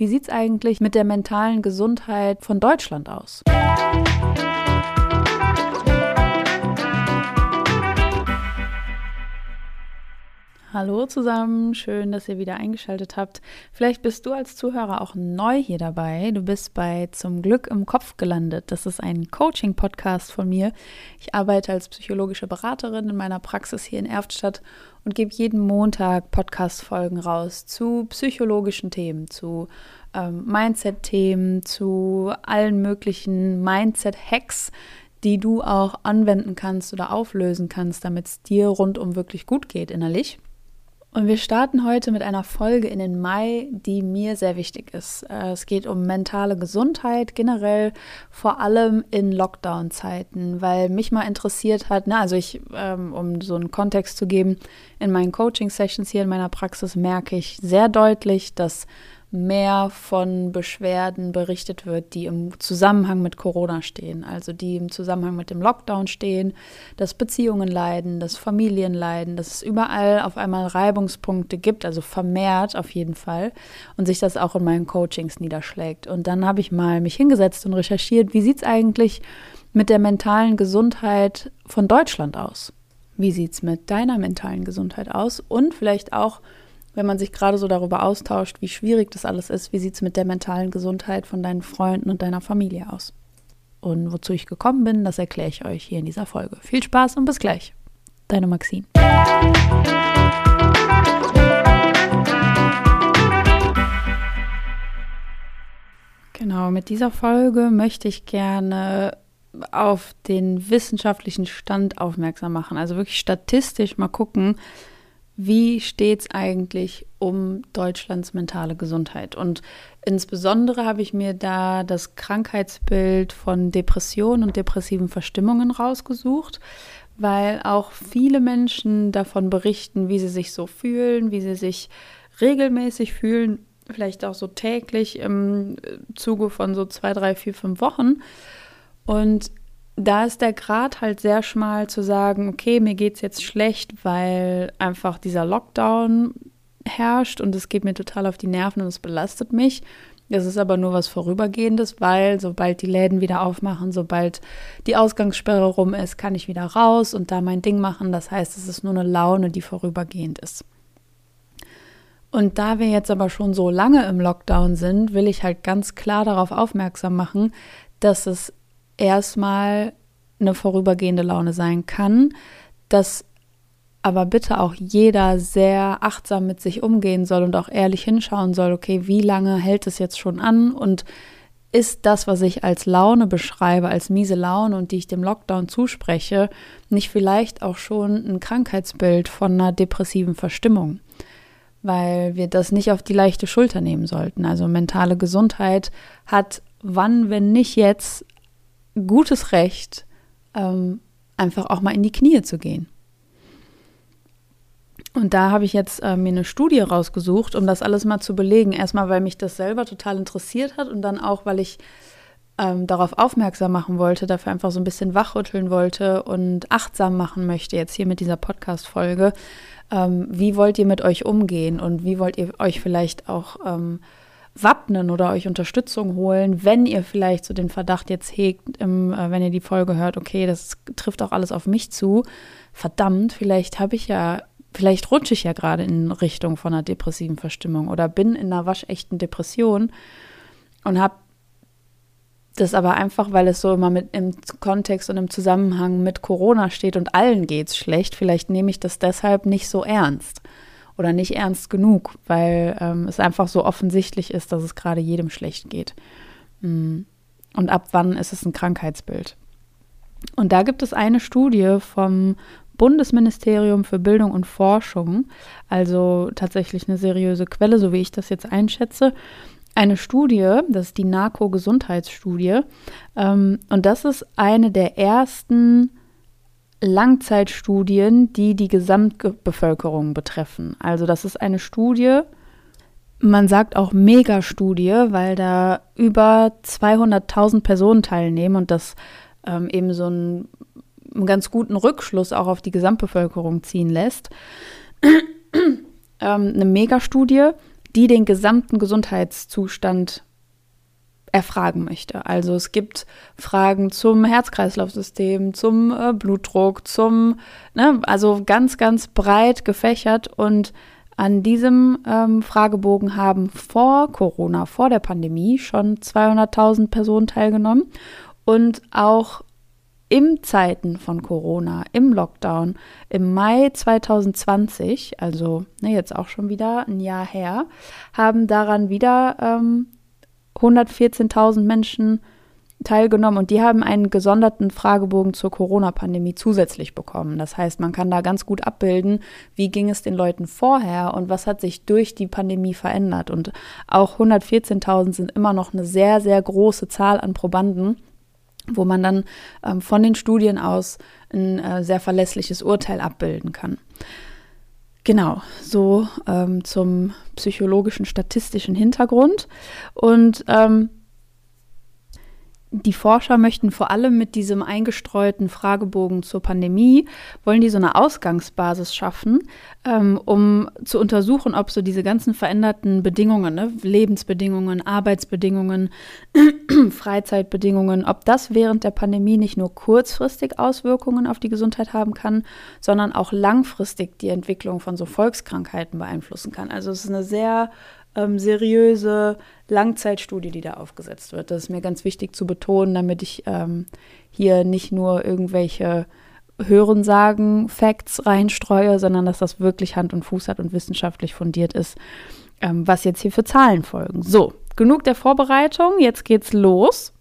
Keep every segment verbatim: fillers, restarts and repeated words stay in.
wie sieht es eigentlich mit der mentalen Gesundheit von Deutschland aus? Hallo zusammen, schön, dass ihr wieder eingeschaltet habt. Vielleicht bist du als Zuhörer auch neu hier dabei. Du bist bei Zum Glück im Kopf gelandet. Das ist ein Coaching-Podcast von mir. Ich arbeite als psychologische Beraterin in meiner Praxis hier in Erftstadt und gebe jeden Montag Podcast-Folgen raus zu psychologischen Themen, zu ähm, Mindset-Themen, zu allen möglichen Mindset-Hacks, die du auch anwenden kannst oder auflösen kannst, damit es dir rundum wirklich gut geht innerlich. Und wir starten heute mit einer Folge in den Mai, die mir sehr wichtig ist. Es geht um mentale Gesundheit, generell vor allem in Lockdown-Zeiten, weil mich mal interessiert hat, na, also ich, ähm, um so einen Kontext zu geben, in meinen Coaching-Sessions hier in meiner Praxis merke ich sehr deutlich, dass mehr von Beschwerden berichtet wird, die im Zusammenhang mit Corona stehen, also die im Zusammenhang mit dem Lockdown stehen, dass Beziehungen leiden, dass Familien leiden, dass es überall auf einmal Reibungspunkte gibt, also vermehrt auf jeden Fall, und sich das auch in meinen Coachings niederschlägt. Und dann habe ich mal mich hingesetzt und recherchiert, wie sieht es eigentlich mit der mentalen Gesundheit von Deutschland aus? Wie sieht es mit deiner mentalen Gesundheit aus? Und vielleicht auch, wenn man sich gerade so darüber austauscht, wie schwierig das alles ist, wie sieht es mit der mentalen Gesundheit von deinen Freunden und deiner Familie aus? Und wozu ich gekommen bin, das erkläre ich euch hier in dieser Folge. Viel Spaß und bis gleich. Deine Maxine. Genau, mit dieser Folge möchte ich gerne auf den wissenschaftlichen Stand aufmerksam machen. Also wirklich statistisch mal gucken, wie steht es eigentlich um Deutschlands mentale Gesundheit? Und insbesondere habe ich mir da das Krankheitsbild von Depressionen und depressiven Verstimmungen rausgesucht, weil auch viele Menschen davon berichten, wie sie sich so fühlen, wie sie sich regelmäßig fühlen, vielleicht auch so täglich im Zuge von so zwei, drei, vier, fünf Wochen. Und da ist der Grad halt sehr schmal zu sagen, okay, mir geht's jetzt schlecht, weil einfach dieser Lockdown herrscht und es geht mir total auf die Nerven und es belastet mich. Das ist aber nur was Vorübergehendes, weil sobald die Läden wieder aufmachen, sobald die Ausgangssperre rum ist, kann ich wieder raus und da mein Ding machen. Das heißt, es ist nur eine Laune, die vorübergehend ist. Und da wir jetzt aber schon so lange im Lockdown sind, will ich halt ganz klar darauf aufmerksam machen, dass es erstmal eine vorübergehende Laune sein kann, dass aber bitte auch jeder sehr achtsam mit sich umgehen soll und auch ehrlich hinschauen soll, okay, wie lange hält es jetzt schon an und ist das, was ich als Laune beschreibe, als miese Laune und die ich dem Lockdown zuspreche, nicht vielleicht auch schon ein Krankheitsbild von einer depressiven Verstimmung, weil wir das nicht auf die leichte Schulter nehmen sollten. Also mentale Gesundheit hat wann, wenn nicht jetzt, gutes Recht, ähm, einfach auch mal in die Knie zu gehen. Und da habe ich jetzt äh, mir eine Studie rausgesucht, um das alles mal zu belegen. Erstmal, weil mich das selber total interessiert hat und dann auch, weil ich ähm, darauf aufmerksam machen wollte, dafür einfach so ein bisschen wachrütteln wollte und achtsam machen möchte jetzt hier mit dieser Podcast-Folge. Ähm, wie wollt ihr mit euch umgehen und wie wollt ihr euch vielleicht auch ähm, wappnen oder euch Unterstützung holen, wenn ihr vielleicht so den Verdacht jetzt hegt, im, äh, wenn ihr die Folge hört, okay, das trifft auch alles auf mich zu. Verdammt, vielleicht habe ich ja, vielleicht rutsche ich ja gerade in Richtung von einer depressiven Verstimmung oder bin in einer waschechten Depression und habe das aber einfach, weil es so immer mit im Kontext und im Zusammenhang mit Corona steht und allen geht's schlecht, vielleicht nehme ich das deshalb nicht so ernst. Oder nicht ernst genug, weil ähm, es einfach so offensichtlich ist, dass es gerade jedem schlecht geht. Und ab wann ist es ein Krankheitsbild? Und da gibt es eine Studie vom Bundesministerium für Bildung und Forschung, also tatsächlich eine seriöse Quelle, so wie ich das jetzt einschätze. Eine Studie, das ist die NARCO-Gesundheitsstudie. Ähm, und das ist eine der ersten Langzeitstudien, die die Gesamtbevölkerung betreffen. Also das ist eine Studie, man sagt auch Megastudie, weil da über zweihunderttausend Personen teilnehmen und das ähm, eben so einen, einen ganz guten Rückschluss auch auf die Gesamtbevölkerung ziehen lässt. ähm, eine Megastudie, die den gesamten Gesundheitszustand erfragen möchte. Also es gibt Fragen zum Herz-Kreislauf-System, zum äh, Blutdruck, zum, ne, also ganz, ganz breit gefächert. Und an diesem ähm, Fragebogen haben vor Corona, vor der Pandemie, schon zweihunderttausend Personen teilgenommen. Und auch in Zeiten von Corona, im Lockdown, im Mai zwanzig zwanzig, also ne, jetzt auch schon wieder ein Jahr her, haben daran wieder ähm, hundertvierzehntausend Menschen teilgenommen und die haben einen gesonderten Fragebogen zur Corona-Pandemie zusätzlich bekommen. Das heißt, man kann da ganz gut abbilden, wie ging es den Leuten vorher und was hat sich durch die Pandemie verändert. Und auch hundertvierzehntausend sind immer noch eine sehr, sehr große Zahl an Probanden, wo man dann ähm, von den Studien aus ein äh, sehr verlässliches Urteil abbilden kann. Genau, so ähm, zum psychologischen, statistischen Hintergrund. Und ähm, die Forscher möchten vor allem mit diesem eingestreuten Fragebogen zur Pandemie, wollen die so eine Ausgangsbasis schaffen, ähm, um zu untersuchen, ob so diese ganzen veränderten Bedingungen, ne, Lebensbedingungen, Arbeitsbedingungen, Freizeitbedingungen, ob das während der Pandemie nicht nur kurzfristig Auswirkungen auf die Gesundheit haben kann, sondern auch langfristig die Entwicklung von so Volkskrankheiten beeinflussen kann. Also es ist eine sehr ähm, seriöse Langzeitstudie, die da aufgesetzt wird. Das ist mir ganz wichtig zu betonen, damit ich ähm, hier nicht nur irgendwelche Hörensagen, Facts reinstreue, sondern dass das wirklich Hand und Fuß hat und wissenschaftlich fundiert ist, ähm, was jetzt hier für Zahlen folgen. So, genug der Vorbereitung, jetzt geht's los.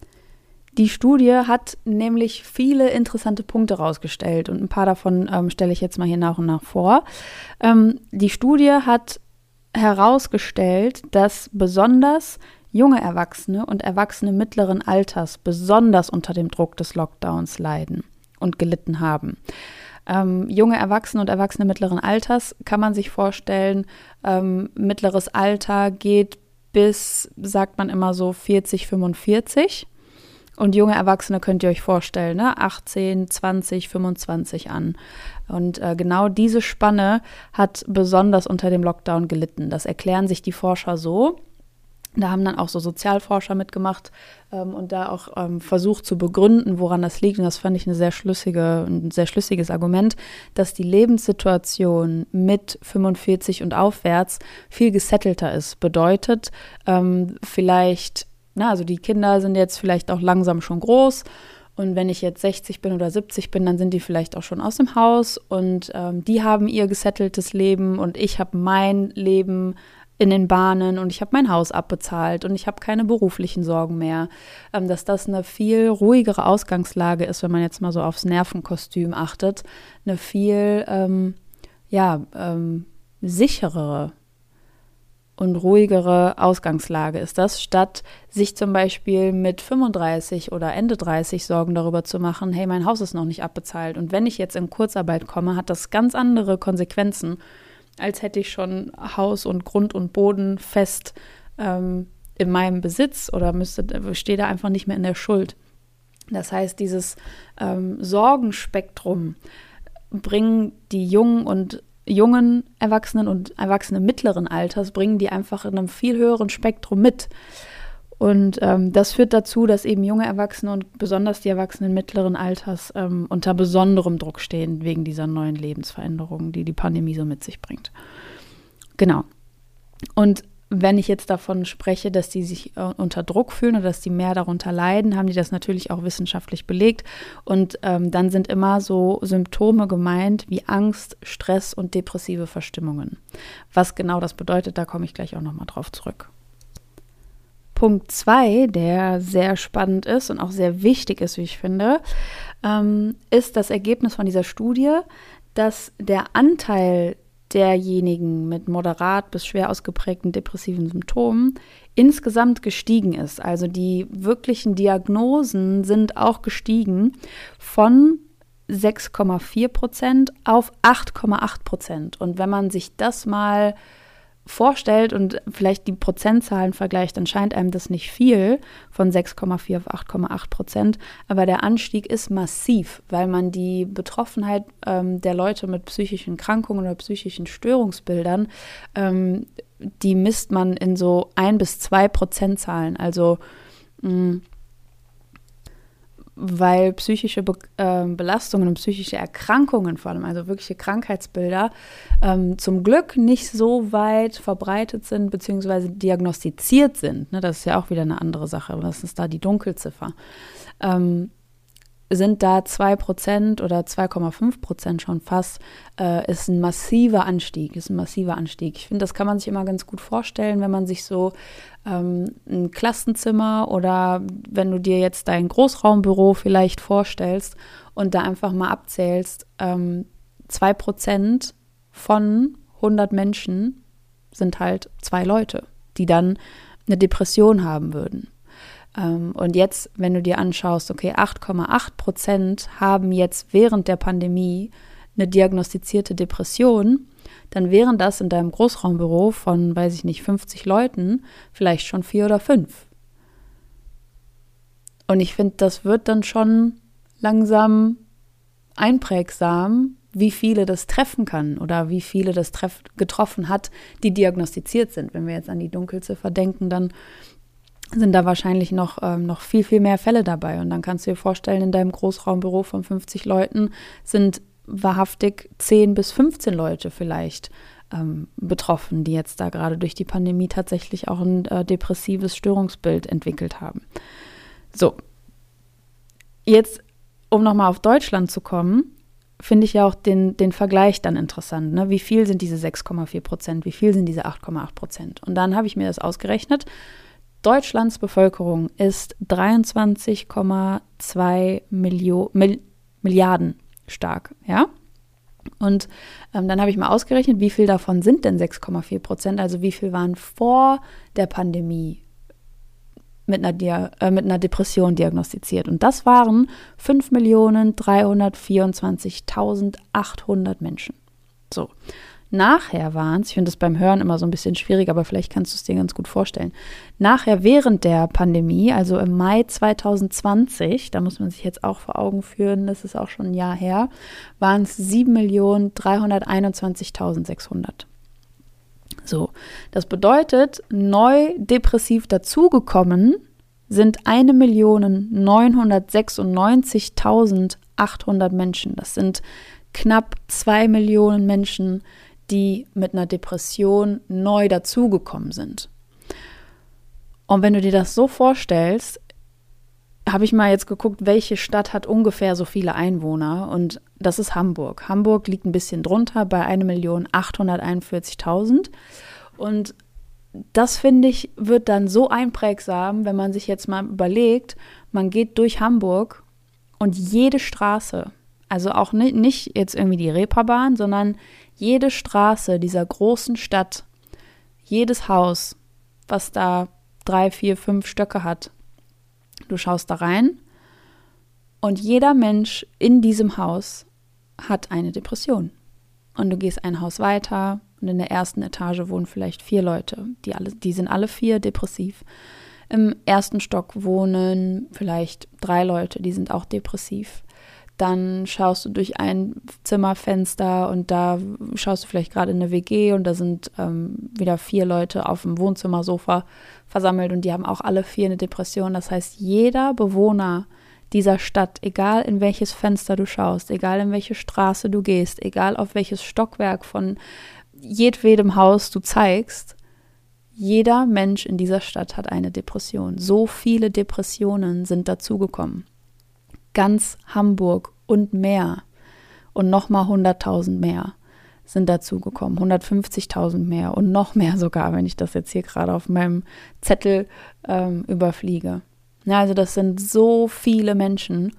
Die Studie hat nämlich viele interessante Punkte rausgestellt und ein paar davon ähm, stelle ich jetzt mal hier nach und nach vor. Ähm, die Studie hat herausgestellt, dass besonders junge Erwachsene und Erwachsene mittleren Alters besonders unter dem Druck des Lockdowns leiden und gelitten haben. Ähm, junge Erwachsene und Erwachsene mittleren Alters kann man sich vorstellen, ähm, mittleres Alter geht bis, sagt man immer so, vierzig, fünfundvierzig. Und junge Erwachsene könnt ihr euch vorstellen, ne? achtzehn, zwanzig, fünfundzwanzig an. Und äh, genau diese Spanne hat besonders unter dem Lockdown gelitten. Das erklären sich die Forscher so. Da haben dann auch so Sozialforscher mitgemacht ähm, und da auch ähm, versucht zu begründen, woran das liegt. Und das fand ich eine sehr schlüssige, ein sehr schlüssiges Argument, dass die Lebenssituation mit fünfundvierzig und aufwärts viel gesettelter ist. Bedeutet, ähm, vielleicht Na, also die Kinder sind jetzt vielleicht auch langsam schon groß und wenn ich jetzt sechzig bin oder siebzig bin, dann sind die vielleicht auch schon aus dem Haus und ähm, die haben ihr gesetteltes Leben und ich habe mein Leben in den Bahnen und ich habe mein Haus abbezahlt und ich habe keine beruflichen Sorgen mehr. Ähm, dass das eine viel ruhigere Ausgangslage ist, wenn man jetzt mal so aufs Nervenkostüm achtet, eine viel ähm, ja, ähm, sicherere und ruhigere Ausgangslage ist das, statt sich zum Beispiel mit fünfunddreißig oder Ende dreißig Sorgen darüber zu machen, hey, mein Haus ist noch nicht abbezahlt und wenn ich jetzt in Kurzarbeit komme, hat das ganz andere Konsequenzen, als hätte ich schon Haus und Grund und Boden fest ähm, in meinem Besitz oder müsste, stehe da einfach nicht mehr in der Schuld. Das heißt, dieses ähm, Sorgenspektrum bringen die Jungen und jungen Erwachsenen und Erwachsene mittleren Alters, bringen die einfach in einem viel höheren Spektrum mit. Und ähm, das führt dazu, dass eben junge Erwachsene und besonders die Erwachsenen mittleren Alters ähm, unter besonderem Druck stehen wegen dieser neuen Lebensveränderungen, die die Pandemie so mit sich bringt. Genau. Und wenn ich jetzt davon spreche, dass die sich äh, unter Druck fühlen oder dass die mehr darunter leiden, haben die das natürlich auch wissenschaftlich belegt. Und ähm, dann sind immer so Symptome gemeint wie Angst, Stress und depressive Verstimmungen. Was genau das bedeutet, da komme ich gleich auch nochmal drauf zurück. Punkt zwei, der sehr spannend ist und auch sehr wichtig ist, wie ich finde, ähm, ist das Ergebnis von dieser Studie, dass der Anteil derjenigen mit moderat bis schwer ausgeprägten depressiven Symptomen insgesamt gestiegen ist. Also die wirklichen Diagnosen sind auch gestiegen von sechs Komma vier Prozent auf acht Komma acht Prozent. Und wenn man sich das mal vorstellt und vielleicht die Prozentzahlen vergleicht, dann scheint einem das nicht viel von sechs Komma vier auf acht Komma acht Prozent, aber der Anstieg ist massiv, weil man die Betroffenheit ähm, der Leute mit psychischen Krankungen oder psychischen Störungsbildern ähm, die misst man in so ein bis zwei Prozentzahlen. Also mh, weil psychische Be- äh, Belastungen und psychische Erkrankungen vor allem, also wirkliche Krankheitsbilder, ähm, zum Glück nicht so weit verbreitet sind beziehungsweise diagnostiziert sind. Ne, das ist ja auch wieder eine andere Sache. Was ist da die Dunkelziffer? Ähm, sind da zwei Prozent oder zwei Komma fünf Prozent schon fast, äh, ist ein massiver Anstieg, ist ein massiver Anstieg. Ich finde, das kann man sich immer ganz gut vorstellen, wenn man sich so ähm, ein Klassenzimmer oder wenn du dir jetzt dein Großraumbüro vielleicht vorstellst und da einfach mal abzählst, ähm, zwei Prozent von hundert Menschen sind halt zwei Leute, die dann eine Depression haben würden. Und jetzt, wenn du dir anschaust, okay, acht Komma acht Prozent haben jetzt während der Pandemie eine diagnostizierte Depression, dann wären das in deinem Großraumbüro von, weiß ich nicht, fünfzig Leuten vielleicht schon vier oder fünf. Und ich finde, das wird dann schon langsam einprägsam, wie viele das treffen kann oder wie viele das treff- getroffen hat, die diagnostiziert sind. Wenn wir jetzt an die Dunkelziffer denken, dann sind da wahrscheinlich noch, ähm, noch viel, viel mehr Fälle dabei. Und dann kannst du dir vorstellen, in deinem Großraumbüro von fünfzig Leuten sind wahrhaftig zehn bis fünfzehn Leute vielleicht ähm, betroffen, die jetzt da gerade durch die Pandemie tatsächlich auch ein äh, depressives Störungsbild entwickelt haben. So, jetzt, um nochmal auf Deutschland zu kommen, finde ich ja auch den, den Vergleich dann interessant. Ne? Wie viel sind diese sechs Komma vier Prozent? Wie viel sind diese acht Komma acht Prozent? Und dann habe ich mir das ausgerechnet. Deutschlands Bevölkerung ist dreiundzwanzig Komma zwei Millio- Mil- Milliarden stark, ja. Und ähm, dann habe ich mal ausgerechnet, wie viel davon sind denn sechs Komma vier Prozent, also wie viel waren vor der Pandemie mit einer, Dia- äh, mit einer Depression diagnostiziert. Und das waren fünf Millionen dreihundertvierundzwanzigtausendachthundert Menschen. So. Nachher waren es, ich finde das beim Hören immer so ein bisschen schwierig, aber vielleicht kannst du es dir ganz gut vorstellen. Nachher während der Pandemie, also im Mai zwanzig zwanzig, da muss man sich jetzt auch vor Augen führen, das ist auch schon ein Jahr her, waren es sieben Millionen dreihunderteinundzwanzigtausendsechshundert. So, das bedeutet, neu depressiv dazugekommen sind eine Million neunhundertsechsundneunzigtausendachthundert Menschen. Das sind knapp zwei Millionen Menschen, die mit einer Depression neu dazugekommen sind. Und wenn du dir das so vorstellst, habe ich mal jetzt geguckt, welche Stadt hat ungefähr so viele Einwohner, und das ist Hamburg. Hamburg liegt ein bisschen drunter bei eine Million achthunderteinundvierzigtausend, und das, finde ich, wird dann so einprägsam, wenn man sich jetzt mal überlegt, man geht durch Hamburg und jede Straße, also auch nicht, nicht jetzt irgendwie die Reeperbahn, sondern jede Straße dieser großen Stadt, jedes Haus, was da drei, vier, fünf Stöcke hat, du schaust da rein und jeder Mensch in diesem Haus hat eine Depression. Und du gehst ein Haus weiter und in der ersten Etage wohnen vielleicht vier Leute, die, alle, die sind alle vier depressiv. Im ersten Stock wohnen vielleicht drei Leute, die sind auch depressiv. Dann schaust du durch ein Zimmerfenster und da schaust du vielleicht gerade in eine W G und da sind ähm, wieder vier Leute auf dem Wohnzimmersofa versammelt und die haben auch alle vier eine Depression. Das heißt, jeder Bewohner dieser Stadt, egal in welches Fenster du schaust, egal in welche Straße du gehst, egal auf welches Stockwerk von jedwedem Haus du zeigst, jeder Mensch in dieser Stadt hat eine Depression. So viele Depressionen sind dazugekommen. Ganz Hamburg und mehr und nochmal hunderttausend mehr sind dazugekommen, hundertfünfzigtausend mehr und noch mehr sogar, wenn ich das jetzt hier gerade auf meinem Zettel ähm, überfliege. Ja, also das sind so viele Menschen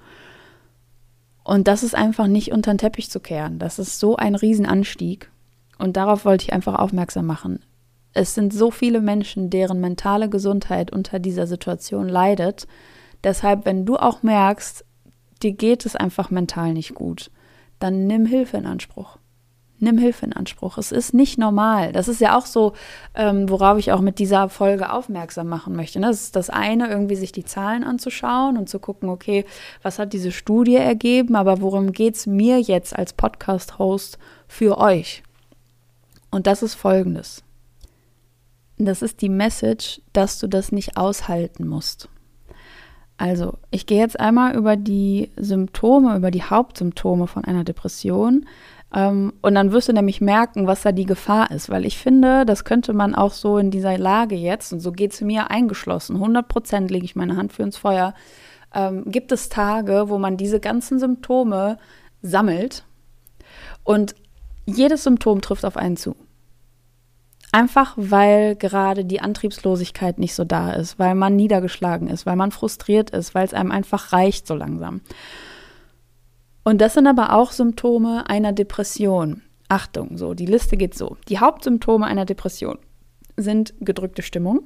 und das ist einfach nicht unter den Teppich zu kehren. Das ist so ein Riesenanstieg und darauf wollte ich einfach aufmerksam machen. Es sind so viele Menschen, deren mentale Gesundheit unter dieser Situation leidet. Deshalb, wenn du auch merkst, dir geht es einfach mental nicht gut, dann nimm Hilfe in Anspruch. Nimm Hilfe in Anspruch. Es ist nicht normal. Das ist ja auch so, ähm, worauf ich auch mit dieser Folge aufmerksam machen möchte. Ne? Das ist das eine, irgendwie sich die Zahlen anzuschauen und zu gucken, okay, was hat diese Studie ergeben, aber worum geht es mir jetzt als Podcast-Host für euch? Und das ist Folgendes. das ist die Message, dass du das nicht aushalten musst. Also, ich gehe jetzt einmal über die Symptome, über die Hauptsymptome von einer Depression. Ähm, und dann wirst du nämlich merken, was da die Gefahr ist. Weil ich finde, das könnte man auch so in dieser Lage jetzt, und so geht es mir eingeschlossen, hundert Prozent lege ich meine Hand für ins Feuer, ähm, gibt es Tage, wo man diese ganzen Symptome sammelt und jedes Symptom trifft auf einen zu. Einfach weil gerade die Antriebslosigkeit nicht so da ist, weil man niedergeschlagen ist, weil man frustriert ist, weil es einem einfach reicht so langsam. Und das sind aber auch Symptome einer Depression. Achtung, so, die Liste geht so. Die Hauptsymptome einer Depression sind gedrückte Stimmung.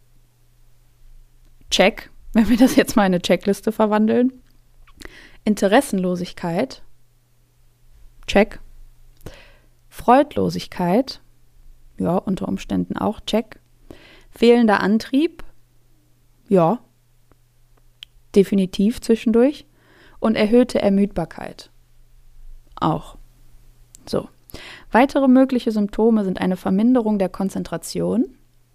Check, wenn wir das jetzt mal in eine Checkliste verwandeln. Interessenlosigkeit. Check. Freudlosigkeit. Ja, unter Umständen auch, check. Fehlender Antrieb, ja, definitiv zwischendurch. Und erhöhte Ermüdbarkeit, auch. So. Weitere mögliche Symptome sind eine Verminderung der Konzentration,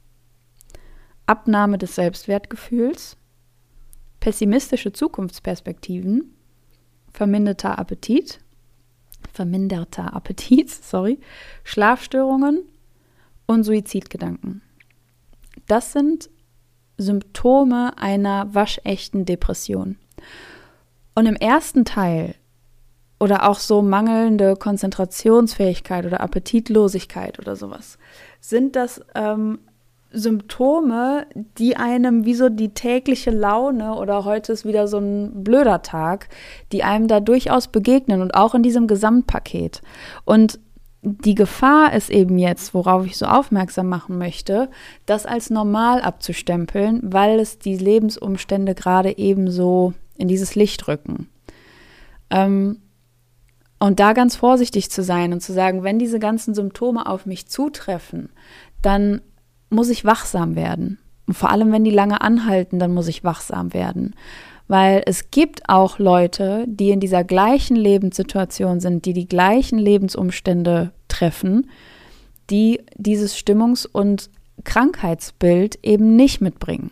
Abnahme des Selbstwertgefühls, pessimistische Zukunftsperspektiven, verminderter Appetit, verminderter Appetit, sorry, Schlafstörungen und Suizidgedanken. Das sind Symptome einer waschechten Depression. Und im ersten Teil oder auch so mangelnde Konzentrationsfähigkeit oder Appetitlosigkeit oder sowas, sind das ähm, Symptome, die einem wie so die tägliche Laune oder heute ist wieder so ein blöder Tag, die einem da durchaus begegnen und auch in diesem Gesamtpaket. Und die Gefahr ist eben jetzt, worauf ich so aufmerksam machen möchte, das als normal abzustempeln, weil es die Lebensumstände gerade eben so in dieses Licht rücken. Ähm, und da ganz vorsichtig zu sein und zu sagen, wenn diese ganzen Symptome auf mich zutreffen, dann muss ich wachsam werden. Und vor allem, wenn die lange anhalten, dann muss ich wachsam werden. Weil es gibt auch Leute, die in dieser gleichen Lebenssituation sind, die die gleichen Lebensumstände treffen, die dieses Stimmungs- und Krankheitsbild eben nicht mitbringen.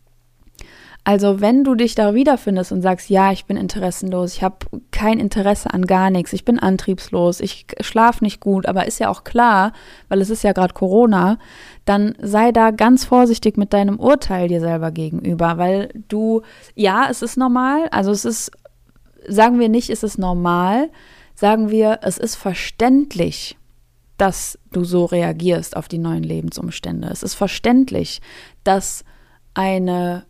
Also wenn du dich da wiederfindest und sagst, ja, ich bin interessenlos, ich habe kein Interesse an gar nichts, ich bin antriebslos, ich schlafe nicht gut, aber ist ja auch klar, weil es ist ja gerade Corona, dann sei da ganz vorsichtig mit deinem Urteil dir selber gegenüber, weil du, ja, es ist normal, also es ist, sagen wir nicht, es ist normal, sagen wir, es ist verständlich, dass du so reagierst auf die neuen Lebensumstände. Es ist verständlich, dass eine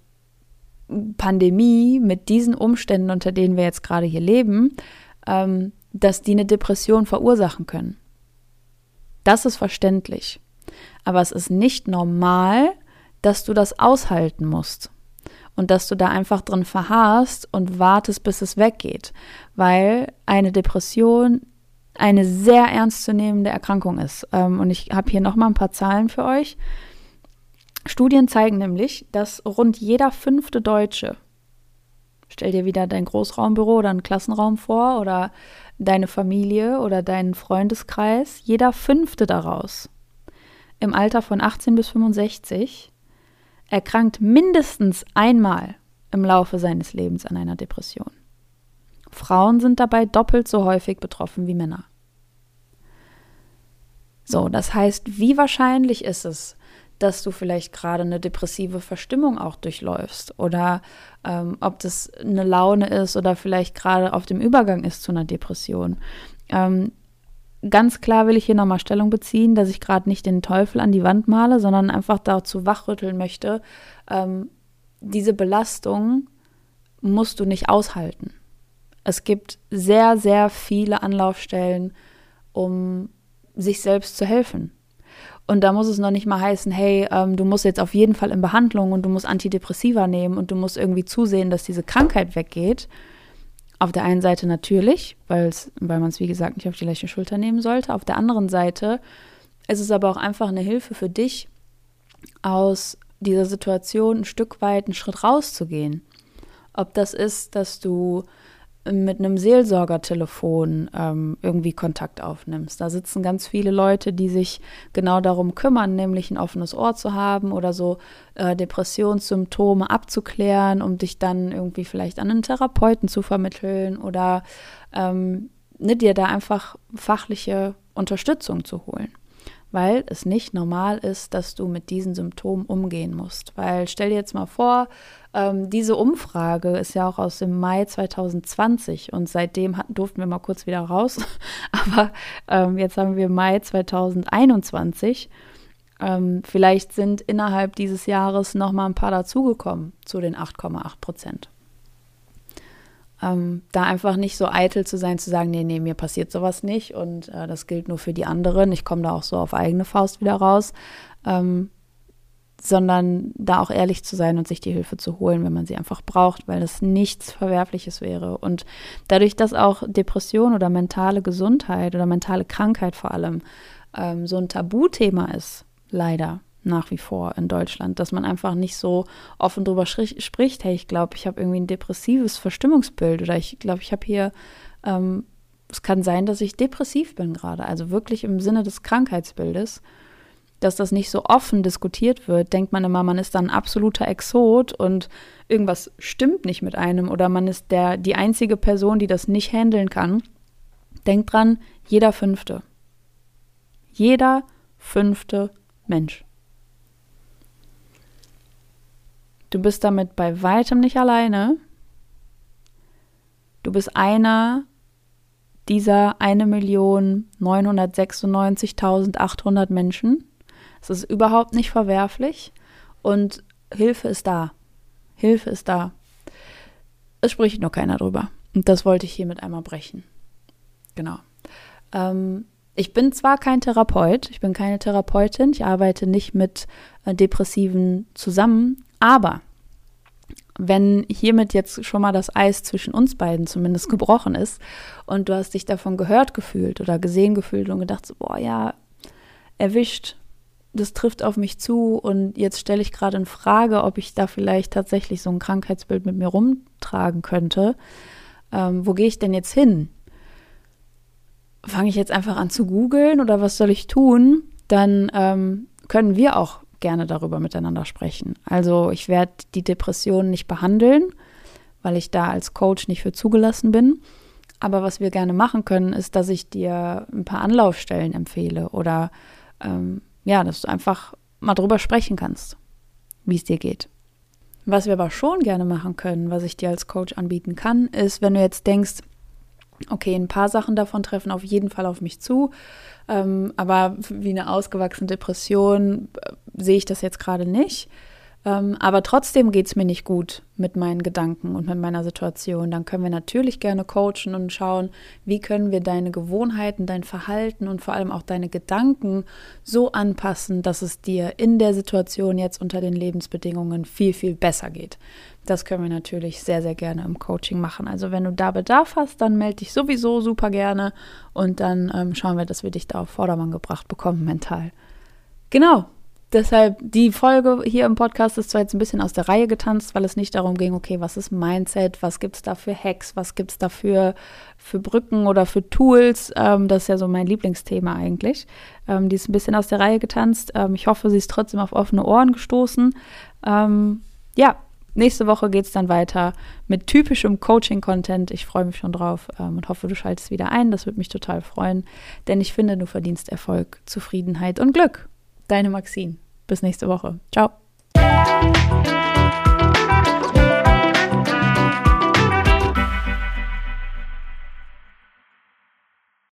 Pandemie mit diesen Umständen, unter denen wir jetzt gerade hier leben, ähm, dass die eine Depression verursachen können. Das ist verständlich. Aber es ist nicht normal, dass du das aushalten musst und dass du da einfach drin verharrst und wartest, bis es weggeht, weil eine Depression eine sehr ernstzunehmende Erkrankung ist. Ähm, und ich habe hier nochmal ein paar Zahlen für euch. Studien zeigen nämlich, dass rund jeder fünfte Deutsche, stell dir wieder dein Großraumbüro oder einen Klassenraum vor oder deine Familie oder deinen Freundeskreis, jeder fünfte daraus im Alter von achtzehn bis fünfundsechzig erkrankt mindestens einmal im Laufe seines Lebens an einer Depression. Frauen sind dabei doppelt so häufig betroffen wie Männer. So, das heißt, wie wahrscheinlich ist es, dass du vielleicht gerade eine depressive Verstimmung auch durchläufst oder ähm, ob das eine Laune ist oder vielleicht gerade auf dem Übergang ist zu einer Depression. Ähm, ganz klar will ich hier nochmal Stellung beziehen, dass ich gerade nicht den Teufel an die Wand male, sondern einfach dazu wachrütteln möchte, ähm, diese Belastung musst du nicht aushalten. Es gibt sehr, sehr viele Anlaufstellen, um sich selbst zu helfen. Und da muss es noch nicht mal heißen, hey, ähm, du musst jetzt auf jeden Fall in Behandlung und du musst Antidepressiva nehmen und du musst irgendwie zusehen, dass diese Krankheit weggeht. Auf der einen Seite natürlich, weil's, weil man es, wie gesagt, nicht auf die leichte Schulter nehmen sollte. Auf der anderen Seite ist es aber auch einfach eine Hilfe für dich, aus dieser Situation ein Stück weit einen Schritt rauszugehen. Ob das ist, dass du mit einem Seelsorgertelefon ähm, irgendwie Kontakt aufnimmst. Da sitzen ganz viele Leute, die sich genau darum kümmern, nämlich ein offenes Ohr zu haben oder so äh, Depressionssymptome abzuklären, um dich dann irgendwie vielleicht an einen Therapeuten zu vermitteln oder ähm, ne, dir da einfach fachliche Unterstützung zu holen. Weil es nicht normal ist, dass du mit diesen Symptomen umgehen musst. Weil stell dir jetzt mal vor, ähm, diese Umfrage ist ja auch aus dem Mai zwanzig zwanzig und seitdem hatten, durften wir mal kurz wieder raus, aber ähm, jetzt haben wir Mai zwanzig einundzwanzig. Ähm, vielleicht sind innerhalb dieses Jahres noch mal ein paar dazugekommen zu den acht Komma acht Prozent. Ähm, da einfach nicht so eitel zu sein, zu sagen, nee, nee, mir passiert sowas nicht und äh, das gilt nur für die anderen. Ich komme da auch so auf eigene Faust wieder raus, ähm, sondern da auch ehrlich zu sein und sich die Hilfe zu holen, wenn man sie einfach braucht, weil das nichts Verwerfliches wäre. Und dadurch, dass auch Depression oder mentale Gesundheit oder mentale Krankheit vor allem ähm, so ein Tabuthema ist, leider, nach wie vor in Deutschland, dass man einfach nicht so offen drüber schri- spricht, hey, ich glaube, ich habe irgendwie ein depressives Verstimmungsbild oder ich glaube, ich habe hier, ähm, es kann sein, dass ich depressiv bin gerade, also wirklich im Sinne des Krankheitsbildes, dass das nicht so offen diskutiert wird, denkt man immer, man ist dann ein absoluter Exot und irgendwas stimmt nicht mit einem oder man ist der, die einzige Person, die das nicht handeln kann. Denkt dran, jeder Fünfte. Jeder fünfte Mensch. Du bist damit bei weitem nicht alleine. Du bist einer dieser eine Million neunhundertsechsundneunzigtausendachthundert Menschen. Es ist überhaupt nicht verwerflich und Hilfe ist da. Hilfe ist da. Es spricht nur keiner drüber. Und das wollte ich hiermit einmal brechen. Genau. Ähm, ich bin zwar kein Therapeut, ich bin keine Therapeutin, ich arbeite nicht mit äh, Depressiven zusammen, aber wenn hiermit jetzt schon mal das Eis zwischen uns beiden zumindest gebrochen ist und du hast dich davon gehört gefühlt oder gesehen gefühlt und gedacht, so, boah, ja, erwischt, das trifft auf mich zu und jetzt stelle ich gerade in Frage, ob ich da vielleicht tatsächlich so ein Krankheitsbild mit mir rumtragen könnte. Ähm, wo gehe ich denn jetzt hin? Fange ich jetzt einfach an zu googeln oder was soll ich tun? Dann ähm, können wir auch gerne darüber miteinander sprechen. Also ich werde die Depression nicht behandeln, weil ich da als Coach nicht für zugelassen bin. Aber was wir gerne machen können, ist, dass ich dir ein paar Anlaufstellen empfehle oder ähm, ja, dass du einfach mal drüber sprechen kannst, wie es dir geht. Was wir aber schon gerne machen können, was ich dir als Coach anbieten kann, ist, wenn du jetzt denkst, okay, ein paar Sachen davon treffen auf jeden Fall auf mich zu, ähm, aber wie eine ausgewachsene Depression äh, sehe ich das jetzt gerade nicht. Ähm, aber trotzdem geht es mir nicht gut mit meinen Gedanken und mit meiner Situation. Dann können wir natürlich gerne coachen und schauen, wie können wir deine Gewohnheiten, dein Verhalten und vor allem auch deine Gedanken so anpassen, dass es dir in der Situation jetzt unter den Lebensbedingungen viel, viel besser geht. Das können wir natürlich sehr, sehr gerne im Coaching machen. Also wenn du da Bedarf hast, dann melde dich sowieso super gerne und dann ähm, schauen wir, dass wir dich da auf Vordermann gebracht bekommen, mental. Genau. Deshalb, die Folge hier im Podcast ist zwar jetzt ein bisschen aus der Reihe getanzt, weil es nicht darum ging, okay, was ist Mindset, was gibt es da für Hacks, was gibt es da für, für Brücken oder für Tools, ähm, das ist ja so mein Lieblingsthema eigentlich. Ähm, die ist ein bisschen aus der Reihe getanzt. Ähm, ich hoffe, sie ist trotzdem auf offene Ohren gestoßen. Ähm, ja, nächste Woche geht es dann weiter mit typischem Coaching-Content. Ich freue mich schon drauf ähm, und hoffe, du schaltest wieder ein. Das würde mich total freuen, denn ich finde, du verdienst Erfolg, Zufriedenheit und Glück. Deine Maxine. Bis nächste Woche. Ciao.